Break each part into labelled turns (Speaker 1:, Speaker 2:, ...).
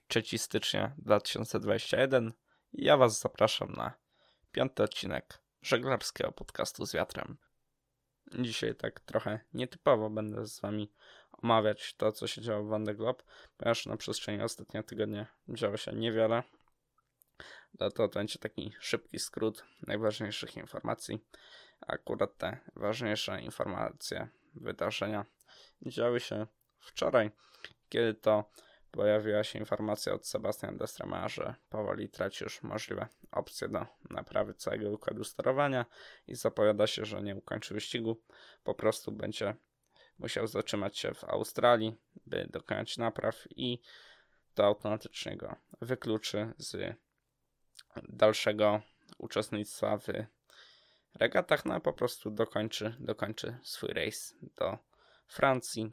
Speaker 1: 3 stycznia 2021 i ja Was zapraszam na 5. odcinek żeglarskiego podcastu z wiatrem. Dzisiaj tak trochę nietypowo będę z Wami omawiać to, co się działo w Vendée Globe, ponieważ na przestrzeni ostatniego tygodnia działo się niewiele. To będzie taki szybki skrót najważniejszych informacji. Akurat te ważniejsze informacje, wydarzenia działy się wczoraj, kiedy to pojawiła się informacja od Sebastiana Destremera, że powoli traci już możliwe opcje do naprawy całego układu sterowania i zapowiada się, że nie ukończy wyścigu. Po prostu będzie musiał zatrzymać się w Australii, by dokonać napraw i to automatycznie go wykluczy z dalszego uczestnictwa w regatach, no a po prostu dokończy swój rejs do Francji,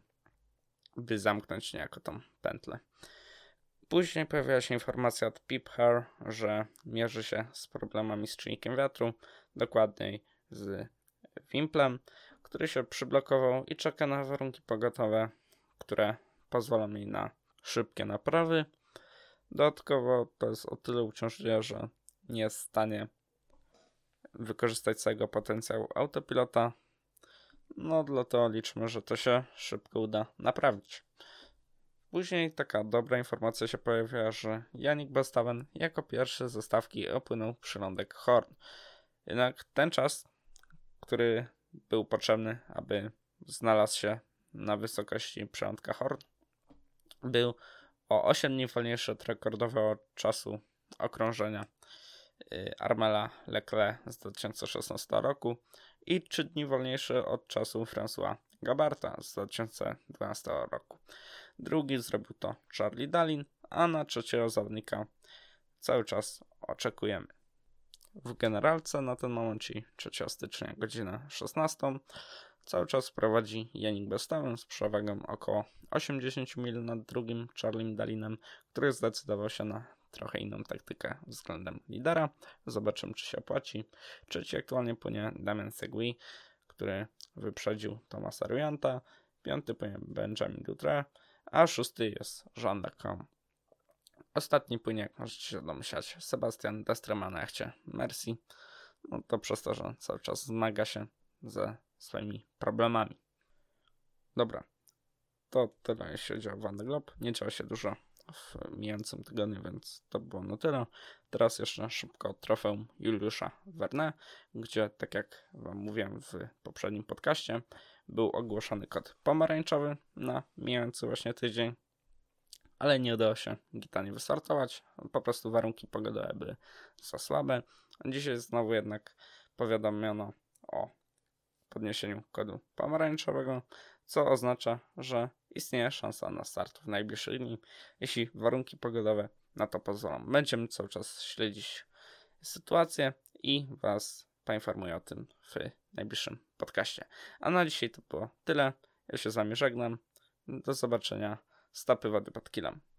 Speaker 1: by zamknąć niejako tą pętlę. Później pojawiła się informacja od Pipher, że mierzy się z problemami z czujnikiem wiatru, dokładniej z wimplem, który się przyblokował i czeka na warunki pogotowe, które pozwolą jej na szybkie naprawy. Dodatkowo to jest o tyle uciążliwe, że nie jest w stanie wykorzystać całego potencjału autopilota. No dlatego liczmy, że to się szybko uda naprawić. Później taka dobra informacja się pojawiła, że Yannick Bestaven jako pierwszy ze stawki opłynął przylądek Horn. Jednak ten czas, który był potrzebny, aby znalazł się na wysokości przylądka Horn, był o 8 dni wolniejszy od rekordowego czasu okrążenia Armela Leclerc z 2016 roku i 3 dni wolniejszy od czasu François Gabarta z 2012 roku. Drugi zrobił to Charlie Dalin, a na trzeciego zawodnika cały czas oczekujemy. W generalce na ten moment, czyli 3 stycznia, godzina 16, cały czas prowadzi Yannick Bestaven z przewagą około 80 mil nad drugim Charliem Dalinem, który zdecydował się na trochę inną taktykę względem lidera. Zobaczymy, czy się opłaci. Trzeci aktualnie płynie Damien Segui, który wyprzedził Thomasa Ruyanta. 5. płynie Benjamin Dutre, a 6. jest Jean Lacombe. Ostatni płynie, jak możecie się domyślać, Sebastian Destrema na jachcie Mercy. No to przez to, że cały czas zmaga się ze swoimi problemami. Dobra, to tyle jeśli chodzi o Vendée Globe. Nie działo się dużo w mijającym tygodniu, więc to było na tyle. Teraz jeszcze szybko trofeum Juliusza Verne, gdzie, tak jak Wam mówiłem w poprzednim podcaście, był ogłoszony kod pomarańczowy na mijający właśnie tydzień, ale nie udało się Gitanie wystartować. Po prostu warunki pogodowe były za słabe. Dzisiaj znowu jednak powiadomiono o podniesieniu kodu pomarańczowego, co oznacza, że istnieje szansa na start w najbliższych dni, jeśli warunki pogodowe na to pozwolą. Będziemy cały czas śledzić sytuację i Was poinformuję o tym w najbliższym podcaście. A na dzisiaj to było tyle. Ja się z Wami żegnam. Do zobaczenia. Stopy wody pod kilem.